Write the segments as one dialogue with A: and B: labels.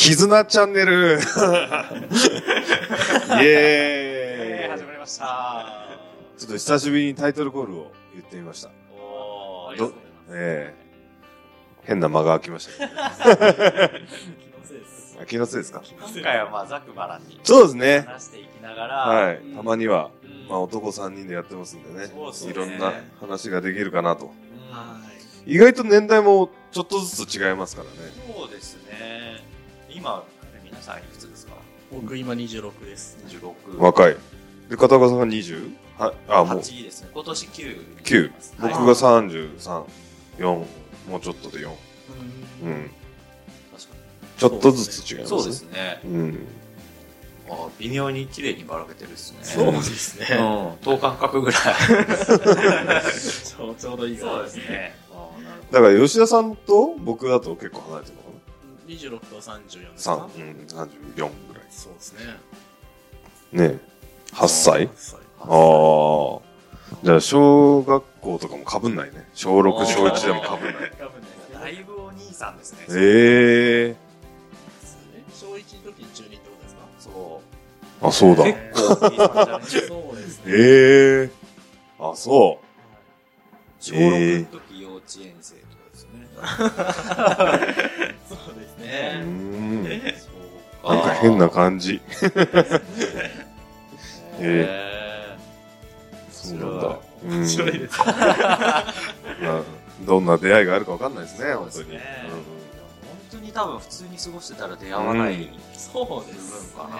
A: 絆チャンネルイエーイ
B: 始まりました。
A: ちょっと久しぶりにタイトルコールを言ってみました。
B: おー、ありがとうございます。
A: 変な間が空きましたね。気のせいですか。
B: 今回はまあざくばらんに
A: そうですね。
B: 話していきながら、
A: はい。たまには、まあ男3人でやってますんでね。いろんな話ができるかなと。意外と年代もちょっとずつ違いますからね。
B: そうですね。今、皆さんいくつですか？
C: 僕今26です。
B: 26。
A: 若い。で、片岡さんが 20？ はい。あ、もう。
B: 8ですね。今年9。
A: 9。僕が33、4、もうちょっとで4。うん。
B: 確かに。
A: ちょっとずつ違いますね。
B: そうですね。うん。あ、微妙に綺麗にばらけてるですね。
C: そうですね。
B: 等間隔ぐらい。
C: ちょうどいいぐらい。
B: そうですね。
A: だから吉田さんと僕だと結構離れてるのかな。
C: 26と34ですか？
A: 34ぐらい。
C: そうですね。
A: ねえ。8歳？ああ。じゃあ小学校とかも被んないね。小6、小1でも被んない。
B: だいぶお兄さんですね。
C: 小1の時に中2ってことですか？
B: そう。
A: あ、そうだ。
B: 結構お兄さんじゃね。
C: そうですね。
A: あ、そう。
B: 小6の時幼稚園生とかですね。
C: そうですね。
A: なんか変な感じ。そうなんだ。
C: 面白いですね。
A: どんな出会いがあるかわかんないですね、本当に。本
B: 当に多分普通に過ごしてたら出会わない部分
C: そうです
B: かなって。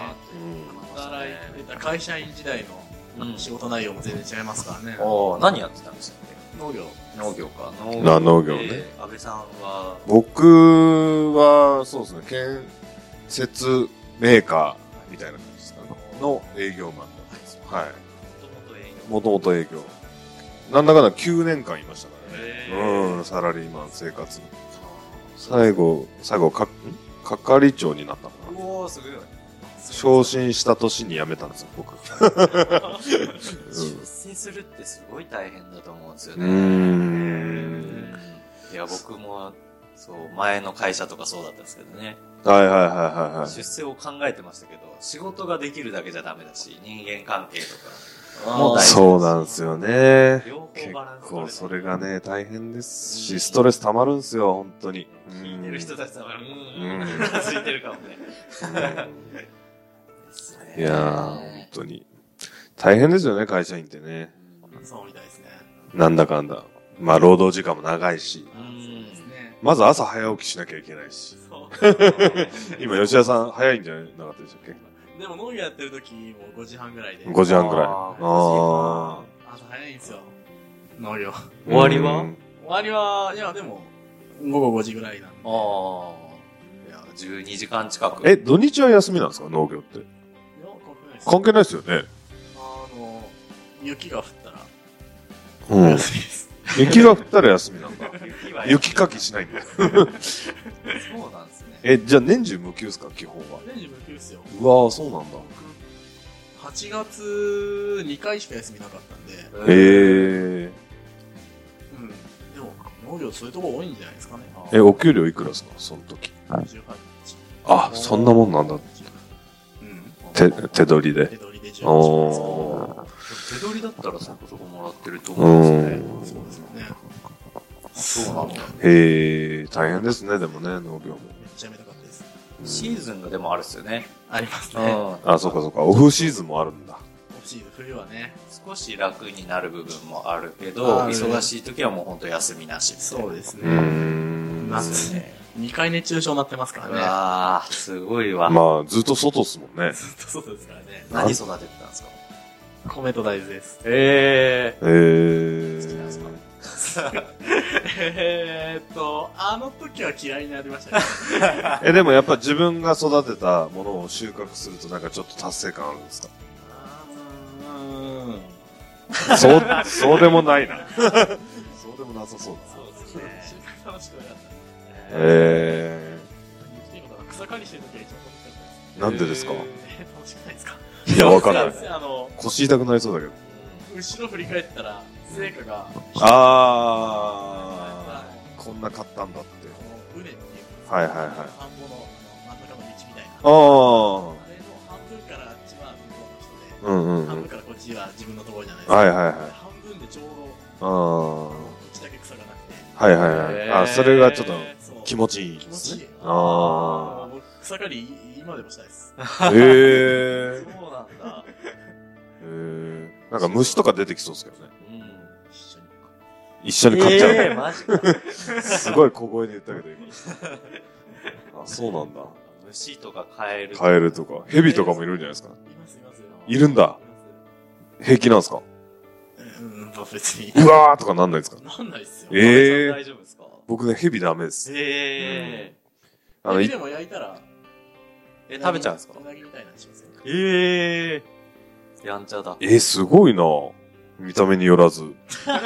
C: 働いてた会社員時代の仕事内容も全然違いますからね。
B: 何やってたんですか？
C: 農業
B: か。
A: 農業ね。
B: 安倍さんは？
A: 僕は、そうですね、建設メーカーみたいな感じですかね。の営業マンです。はい。もともと営業。なんだかんだ9年間いましたからね。サラリーマン生活。最後、係長になったのかな。
B: おー、すごい。
A: 昇進した年に辞めたんですよ、僕。
B: 出世するってすごい大変だと思うんですよね。いや、僕も、そう、前の会社とかそうだったんですけどね。
A: はい。
B: 出世を考えてましたけど、仕事ができるだけじゃダメだし、人間関係とかも大事。
A: そうなんですよね。
B: 結
A: 構それがね、大変ですし、ストレス溜まるんですよ、本当に。
B: 聞いてる人たちは、うなずいてるかもね。
A: いやー、本当に。大変ですよね、会社員ってね。
C: そうみたいですね。
A: なんだかんだ。まあ、労働時間も長いし。まず朝早起きしなきゃいけないし。今、吉田さん早いんじゃなかったでしたっけ？
C: でも農業やってる時も5時半ぐらいで。
A: 5時半ぐらい。
C: 朝早いんですよ。農業。
B: 終わりは？
C: いや、でも、午後5時ぐらいなんで。
B: いや、12時間近く。
A: 土日は休みなんですか、農業って？関係ないですよね。
C: 雪が降ったら、休みです。
A: 雪が降ったら休みなんだ。雪かきしないんだ。
B: そうなんですね。
A: じゃあ年中無休ですか、基本は？
C: 年中無休ですよ。
A: うわー、そうなんだ。
C: 8月2回しか休みなかったんで。
A: で
C: も、農業そういうとこ多いんじゃないですかね。
A: お給料いくらですか、その時？
C: 18日。
A: あ、そんなもんなんだ。手取りで。
C: 手取りで18日。
B: 手取りだったらそこそこもらってると思うんですね。
C: そうですよね。
B: そうなんだ。
A: 大変ですね、でもね、農業も。めっ
C: ちゃめたかったです。
B: シーズンがでもあるっすよね。
C: ありますね。
A: あ、そうか。オフシーズンもあるんだ。
C: オフシーズン、冬はね。
B: 少し楽になる部分もあるけど、忙しい時はもう本当休みなし。
C: そうですね。夏ね。2回熱中症になってますからね。
B: ああ、すごいわ。
A: まあ、ずっと外っすもんね。
C: ずっと外ですからね。
B: 何育ててたんですか？
C: 米と大豆です。
B: 好きなんですか？
C: あの時は嫌いになりましたね。
A: でもやっぱ自分が育てたものを収穫するとなんかちょっと達成感あるんですか？そうでもないな。そうでもなさそうだ。
C: そうですね。収穫楽しくなかった。草刈りしてる時は一番楽しかったです。
A: なんでですか？
C: 楽しくないですか？
A: いや、わかんない。腰痛くなりそうだけど。
C: 後ろ振り返ったら、成果が。
A: こんな買ったんだって。
C: 畝っていう。
A: はい。
C: 田んぼの真ん中のみたいな。
A: ああ。
C: あれの半分からあっちは向こうの人で、
A: うんうんうん。
C: 半分からこっちは自分のところじゃないですか。
A: はいはいはい。
C: 半分でちょうど、
A: あ
C: こっちだけ草がなくて。
A: あ。はいはいはい。あ、それがちょっと
C: そう
A: 気持ちいい
C: 気持
A: ですね。
C: ちいい。
A: あ
C: 僕草刈り今でもしたいです。
A: あ。へえ。
B: そうなんだ。
A: なんか虫とか出てきそうですけどね。
B: うん。
A: 一緒に飼っちゃう。
B: マジか。
A: すごい小声で言ったけど今。あ、そうなんだ。
B: 虫とかカエル。
A: カエルとか、ヘビとかもいるんじゃないですか。
C: いますいます。
A: いるんだ。平気なんですか。
C: 別に。
A: うわーとかなんないですか。
C: なんないっすよ。
B: 大丈夫ですか？
A: 僕ね、ヘビダメです。
C: ヘビでも焼いたら、
B: 食べちゃうんですか？
C: うなぎみたいなのしますよ。
B: やんちゃだ。
A: すごいな。見た目によらず。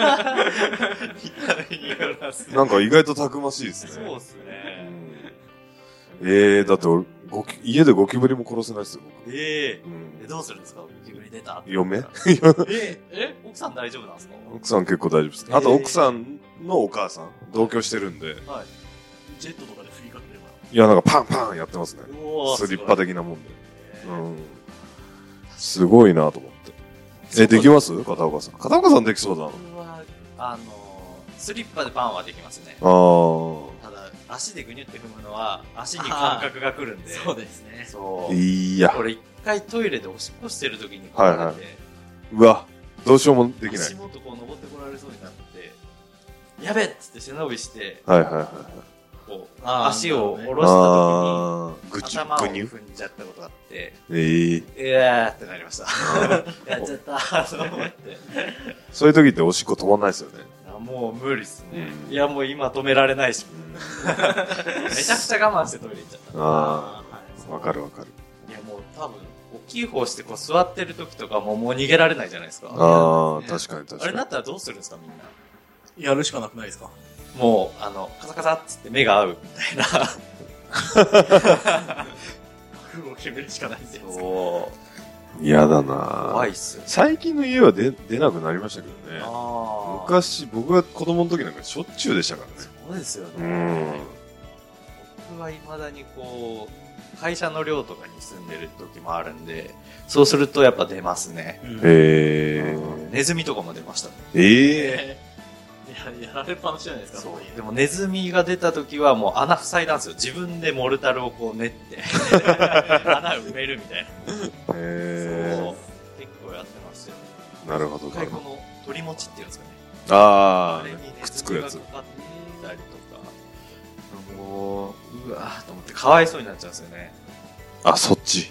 A: なんか意外とたくましいですね。
B: そうっすね。
A: だって俺、家でゴキブリも殺せないですよ、僕。
B: どうするんですか？ゴキブリ出た。
A: 嫁
B: 奥さん大丈夫なんですか？
A: 奥さん結構大丈夫です。あと奥さんのお母さん、同居してるんで。
B: はい。
C: ジェットとかで振りかければ。
A: いや、なんかパンパンやってますね。
B: おー
A: スリッパ的なもんで。すごいなと思って。できます片岡さん。片岡さんできそうだな。
B: 僕は、スリッパでパンはできますね。
A: あー。
B: ただ、足でグニュって踏むのは、足に感覚が来るんで。
C: そうですね。
B: そう。
A: いや。
B: 俺一回トイレでおしっこしてる時にこうなって、
A: うわ、どうしようもできない。
B: 足元こう登ってこられそうになって、やべっつって背伸びして、
A: はいはいはい。
B: こう、足を下ろした時に、頭を踏んじゃったことがあって、いやーってなりました。やっちゃったーと思って。
A: そういう時っておしっこ止まんないですよね。
B: もう無理っすね。いやもう今止められないし。めちゃくちゃ我慢してトイレ行っちゃった。
A: わかるわかる。
B: いやもう多分、大きい方してこう座ってる時とかもう逃げられないじゃないですか。
A: 確かに確かに。
B: あれだったらどうするんですかみんな。
C: やるしかなくないですか？
B: もう、カサカサっつって目が合うみたいな。覚悟を決めるしかないんですよ。
A: 嫌だな
B: 怖いっすよ。
A: 最近の家は出なくなりましたけどね。昔、僕が子供の時なんかしょっちゅうでしたからね。
B: そうですよね。僕は未だにこう、会社の寮とかに住んでる時もあるんで、そうするとやっぱ出ますね。ネズミとかも出ましたね。
C: やられっぱなしじゃないですか。
B: そう。でもネズミが出た時はもう穴塞いだんですよ。自分でモルタルをこう練って、穴埋めるみたいな。そう。結構やってましたよ。
A: なるほど。
B: 一回この鳥持ちっていうんですかね。
A: あれ
B: に
A: くっつくやつ。
B: かかってたりとか、もう、うわーと思ってかわいそうになっちゃうんですよね。
A: あ、そっち。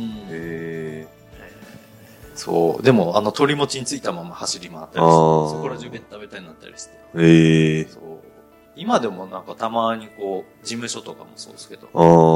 B: そう。でも、鳥持ちについたまま走り回ったりして、そこら中ベッタベタになったりして。そう。今でもなんかたまにこう、事務所とかもそうですけど。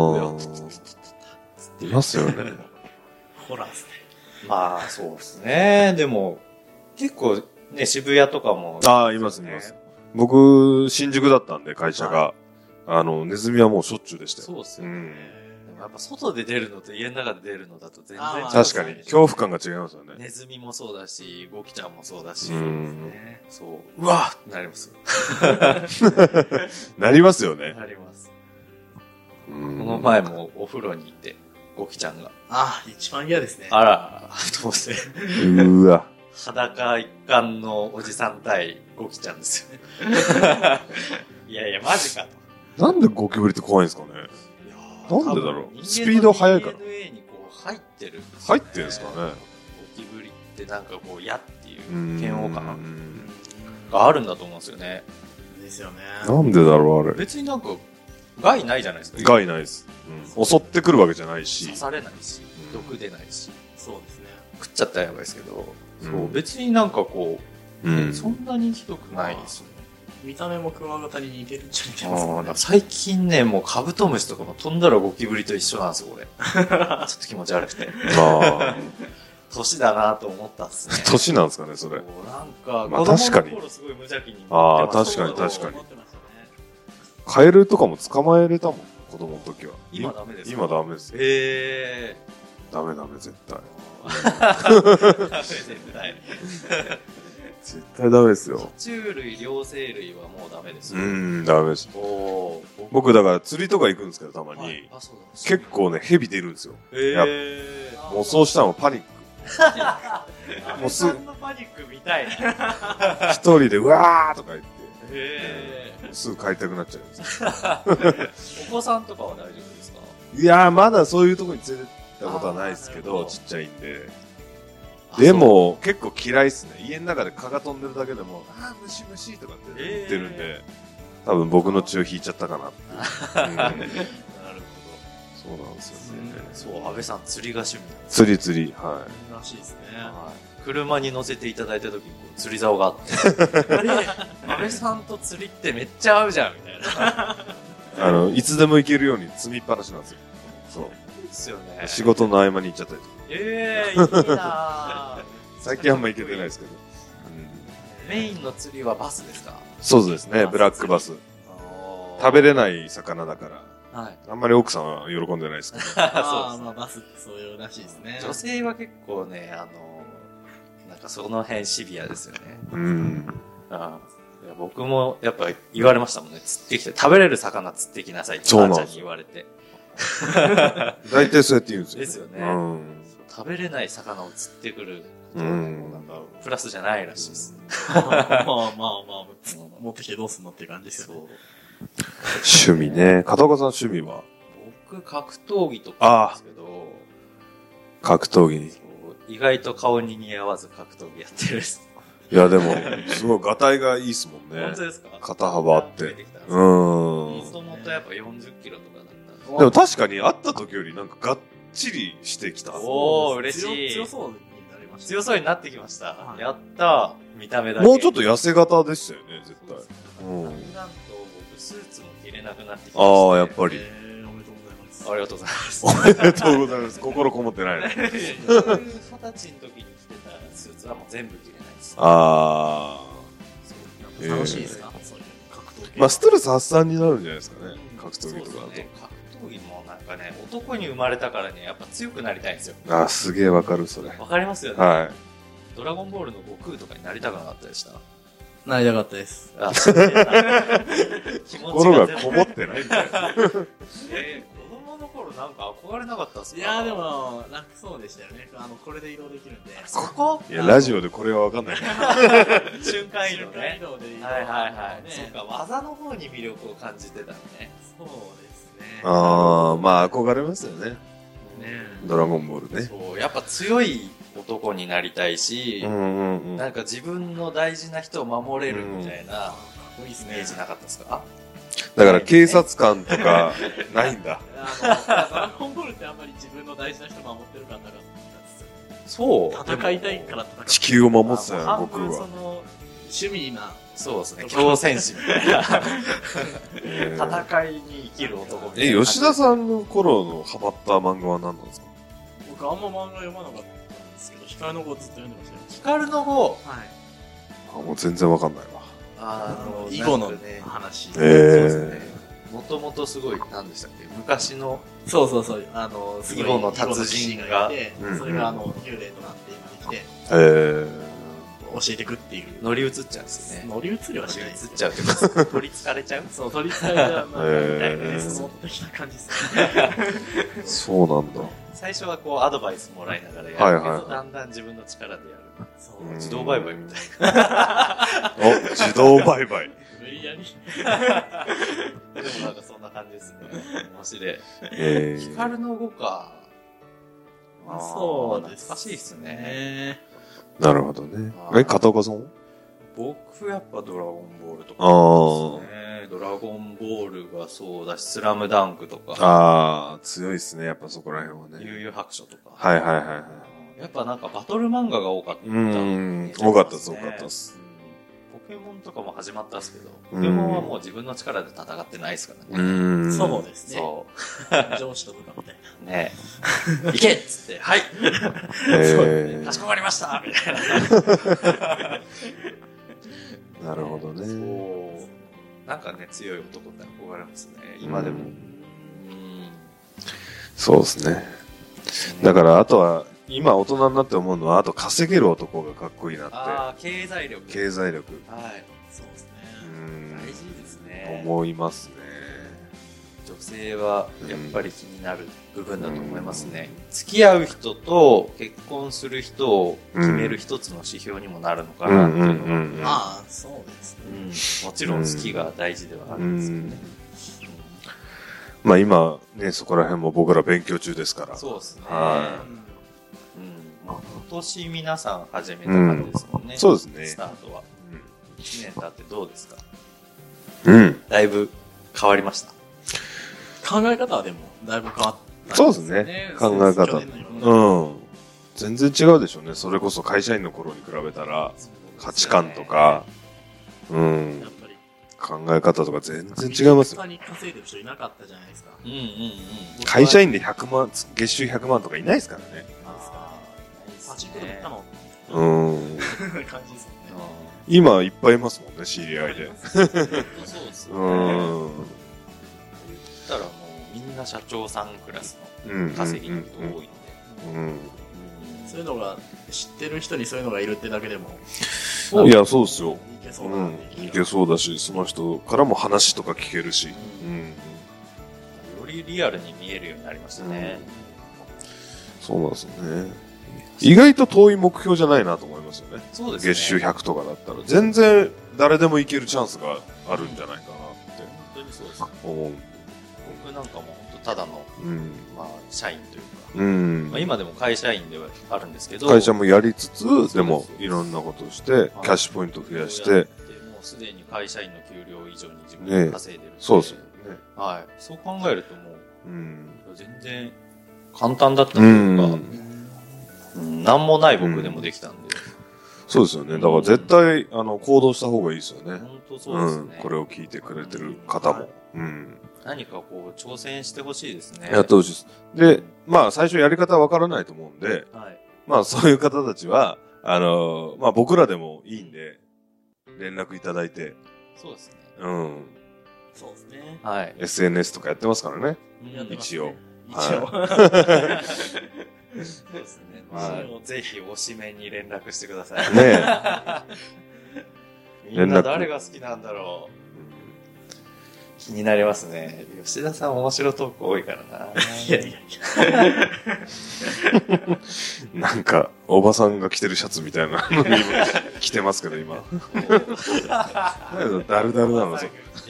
A: いますよね。
C: ホラーですね。
B: まあ、そうですね。でも、結構ね、渋谷とかも。
A: いますいます。僕、新宿だったんで、会社が。ネズミはもうしょっちゅうでしたよ。
B: そうですよね。やっぱ外で出るのと家の中で出るのだと全然違う。
A: 確かに。恐怖感が違いますよね。
B: ネズミもそうだし、ゴキちゃんもそうだし。そう。うわーってなります。
A: なりますよね。
B: なります。この前もお風呂に行って、ゴキちゃんが。
C: 一番嫌ですね。
B: あら、と思って。
A: うわ。
B: 裸一貫のおじさん対ゴキちゃんですよね。いやいや、マジかと。
A: なんでゴキブリって怖いんですかね。なんでだろう。スピード速いから。
B: DNA にこう入ってる。
A: 入ってるんですかね。
B: ゴキブリってなんかこう、嫌っていう嫌悪感があるんだと思うんですよね。
C: ですよね。
A: なんでだろう、あれ。
B: 別になんか、害ないじゃないですか。
A: 害ないです。襲ってくるわけじゃないし。
B: 刺されないし、毒出ないし。
C: そうですね。
B: 食っちゃったらやばいですけど、そう別になんかこう、そんなにひどくないですよね。
C: 見た目もクワガタに似てるっちゃ似てますもんね。
B: 最近ね、もうカブトムシとかも飛んだらゴキブリと一緒なんですよ、俺。ちょっと気持ち悪くて。年だなと思ったっすね。
A: 年なんですかね、それ。
B: なんか、子供の頃すごい無邪気に。
A: 確かに確かに。カエルとかも捕まえれたもん、子供の時は。
B: 今ダメです。
A: 今ダメです。ダメ、絶対。
B: 絶対。
A: 絶対ダメですよ。
B: 爬虫類、両生類はもうダメですよ。
A: ダメです。
B: ゴ
A: 僕だから釣りとか行くんですけど、たまに。
B: はい、あ、そうだ。
A: 結構ね、蛇出るんですよ。もうそうしたらパニック。
B: もうすぐ。のパニックみたいな。
A: 一人でうわーとか言って。すぐ帰りたくなっちゃうんです
B: お子さんとかは大丈夫ですか？
A: いやー、まだそういうとこに連れてったことはないですけど、ちっちゃいんで。でも、結構嫌いっすね。家の中で蚊が飛んでるだけでも、ムシムシとかって言ってるんで、多分僕の血を引いちゃったかなっていう。なるほど。そうなんですよね。
B: そう、安倍さん釣りが趣味なんです。
A: 釣り、はい。
C: らしいですね。
B: はい。車に乗せていただいた時に釣り竿があって、安倍さんと釣りってめっちゃ合うじゃんみたいな。
A: いつでも行けるように積みっぱなしなんですよ。そう。
B: ですよね。
A: 仕事の合間に行っちゃったりとか。
B: いいな
A: 最近あんま行けてないですけど。
B: メインの釣りはバスですか？
A: そうですね、ブラックバス。食べれない魚だから。はい。あんまり奥さんは喜んでないですけど。
C: ああ、まあバスってそういうらしいですね。
B: 女性は結構ね、なんかその辺シビアですよね。いや僕もやっぱ言われましたもんね。釣ってきて、食べれる魚釣ってきなさいって母ちゃんに言われて。
A: 大体そうやって言うんですよ。
B: ですよね。食べれない魚を釣ってくる。なんかプラスじゃないらしいです。
C: まあ、持ってきてどうすんのっていう感じですよね。
A: 趣味ね。片岡さん趣味は？
B: 僕、格闘技とかなんですけど。
A: 格闘技に。
B: 意外と顔に似合わず格闘技やってるです。
A: いや、でも、すごい、ガタイがいいっすもんね。
B: 本当ですか？
A: 肩幅あって。
B: もともとやっぱ40キロとかだったんで。
A: でも確かに会った時よりなんかがっちりしてきた。
B: おー、嬉しい。
C: 強そうになりました。
B: 強そうになってきました。やったー。見た目だけ。
A: もうちょっと痩せ型でしたよね、絶対。
B: だんだんと僕、スーツも着れなくなってきました。あ
A: あ、やっぱり。
B: ありがとうございます。
A: おめでとうございます。心こもってないね。
B: 20歳の時に着てたスーツはもう全部着れないです。
C: ああ。楽しいですか？そういう格闘技。
A: まあ、ストレス発散になるんじゃないですかね。格闘技とかだと。
B: 格闘技もなんかね、男に生まれたからね、やっぱ強くなりたいんですよ。
A: ああ、すげえわかる、それ。
B: わかりますよね。
A: はい。
B: ドラゴンボールの悟空とかになりたくなかったでした？
C: なりたかったです。
A: 心がこもってないんだよ。
B: 子供の頃なんか憧れなかったっすか？
C: いやでも楽そうでしたよね。これで移動できるんで。
B: そこ？
A: いやラジオでこれはわかんない。
B: 瞬間移動ね。
C: 瞬間移動で移動。
B: はいはいはい。そうか、技の方に魅力を感じてたね。
C: そうですね。
A: ああ、まあ憧れますよね。ドラゴンボールね。
B: そう、やっぱ強い男になりたいし、なんか自分の大事な人を守れるみたいなイメージなかったですか？
A: だから警察官とかないんだ。
C: ドラゴンボールってあんまり自分の大事な人を守ってる感なかったですよ。
B: そう。
C: 戦いたいから戦う。
A: 地球を守ってたよ、僕は。
C: その趣味な。
B: そうですね。強戦士みたいな。戦いに生きる男みたいな。
A: 吉田さんの頃のハマった漫画は何なんですか？
C: 僕あんま漫画読まなかったんですけど、光の碁ずっと読んでましたよ。
B: 光の碁。はい。
A: もう全然わかんないわ。
C: 囲碁の話。
B: そうですね。もともとすごい、何でしたっけ？昔の。
C: そう。
B: 囲碁の達人が。
C: それが幽霊となって今できて。教えてくっていう。
B: 乗り移っちゃうんですよね。
C: 乗り移りはしない。
B: 乗り移っちゃうってこと取り憑かれちゃう？
C: そう、取り憑かれちゃう。みたいな、その的な感じですね。
A: そうなんだ。
B: 最初はこうアドバイスもらいながらやるけど、だんだん自分の力でやる。そう、自動売買みたいな。
A: お、自動売買。
C: 無理やり。
B: でもなんかそんな感じですね。面白い。光の碁か。
C: そうです。
B: 懐かしいっすね。
A: なるほどね。片岡さん？
B: 僕やっぱドラゴンボールとかですね。ドラゴンボールがそうだし、スラムダンクとか。
A: ああ、強いですね。やっぱそこら辺はね。
B: 悠々白書とか。
A: はい。
B: やっぱなんかバトル漫画が多かった。
A: 多かったです。
B: ポケモンとかも始まったんですけど、ポケモンはもう自分の力で戦ってないですからね。
C: そうですね。
B: そう。
C: 上司と部下みたい
B: な。ねえ。行けっつって、はいかしこまりましたみたい
A: な。なるほどね。
B: なんかね、強い男って憧れますね。今でも。
A: そうですね。だからあとは、今大人になって思うのは、あと稼げる男がかっこいいなって。
B: ああ、経済力。
A: 経済力。
C: はい。そうですね。
B: 大事ですね。
A: 思いますね。
B: 性はやっぱり気になる部分だと思いますね。付き合う人と結婚する人を決める一つの指標にもなるのかなっていうのは、
C: まあ、そうですね。
B: もちろん好きが大事ではあるんですけどね。
A: まあ今ね、そこら辺も僕ら勉強中ですから。
B: そうですね。
A: はい。
B: 今年皆さん始めた感じですもんね。
A: そうですね。
B: スタートは。1年経ってどうですか？だいぶ変わりました。
C: 考え方はでも、だいぶ変わった、
A: そうですね。考え方。全然違うでしょうね。それこそ会社員の頃に比べたら、価値観とか、やっぱり考え方とか全然違いますよ。
C: に稼いでる人いなかったじゃないですか。
A: 会社員で100万、月収100万とかいないですからね。
C: パチンコで行ったの感じですよね。
A: 今いっぱいいますもんね、知り合いで。
B: そうですよね。言ったらもうみんな社長さんクラスの稼ぎの人多いんで。
C: そういうのが、知ってる人にそういうのがいるってだけでも。
A: いや、そうですよ。
C: いけそうだな。
A: いけそうだし、その人からも話とか聞けるし。よ
B: りリアルに見えるようになりましたね。
A: そうなんですよね。意外と遠い目標じゃないなと思いますよね。
B: そうですね。
A: 月収100とかだったら。全然誰でもいけるチャンスがあるんじゃないかなって。
B: 本当にそうですね。僕なんかも本当ただの、まあ、社員というか、まあ、今でも会社員ではあるんですけど、
A: 会社もやりつつ、でもいろんなことをして、キャッシュポイントを増やして、もう
B: すでに会社員の給料以上に自分で稼いでるので、
A: そうですよね。
B: はい。そう考えるともう、全然簡単だったというか、なんもない僕でもできたんで。
A: そうですよね。だから絶対、行動した方がいいですよね。
B: 本当そうですね。
A: これを聞いてくれてる方も。
B: 何かこう、挑戦してほしいですね。
A: やってほしいです。で、まあ、最初やり方わからないと思うんで、まあ、そういう方たちは、まあ、僕らでもいいんで、連絡いただいて。
B: そうですね。
C: そうですね。
B: はい。
A: SNS とかやってますからね。一応。
B: そうですね。まあ、ぜひおしめに連絡してください。
A: ね
B: え。みんな誰が好きなんだろう。気になりますね。吉田さん面白トーク多いからな。いやいや
A: なんか、おばさんが着てるシャツみたいなのに着てますけど、今。だるだるなの、それ。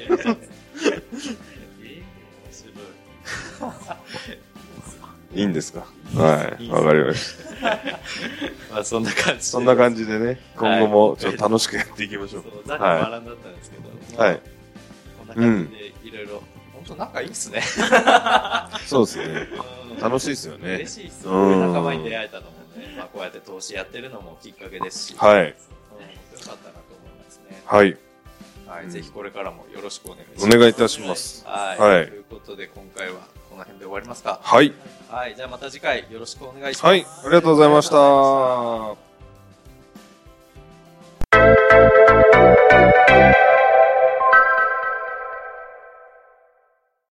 A: いいんですか？はい。わかりました。
B: まあそんな感じ。
A: そんな感じでね、今後もちょっと楽しくやっていきましょう。
B: ざっくばらんだったんですけど。
A: はい。
B: こんな感じでいろいろ、本当仲いいっすね。
A: そうですね。楽しいですよね。
B: 嬉しいっす。こういう仲間に出会えたのもね、まあこうやって投資やってるのもきっかけですし。
A: はい。
B: よかったなと思いますね。
A: はい。
B: はい。ぜひこれからもよろしくお願いします。
A: お願いいたします。
B: はい。ということで今回はこの辺で終わりますか。
A: はい。
B: はい。じゃあまた次回よろしくお願いします。
A: はい。ありがとうございました。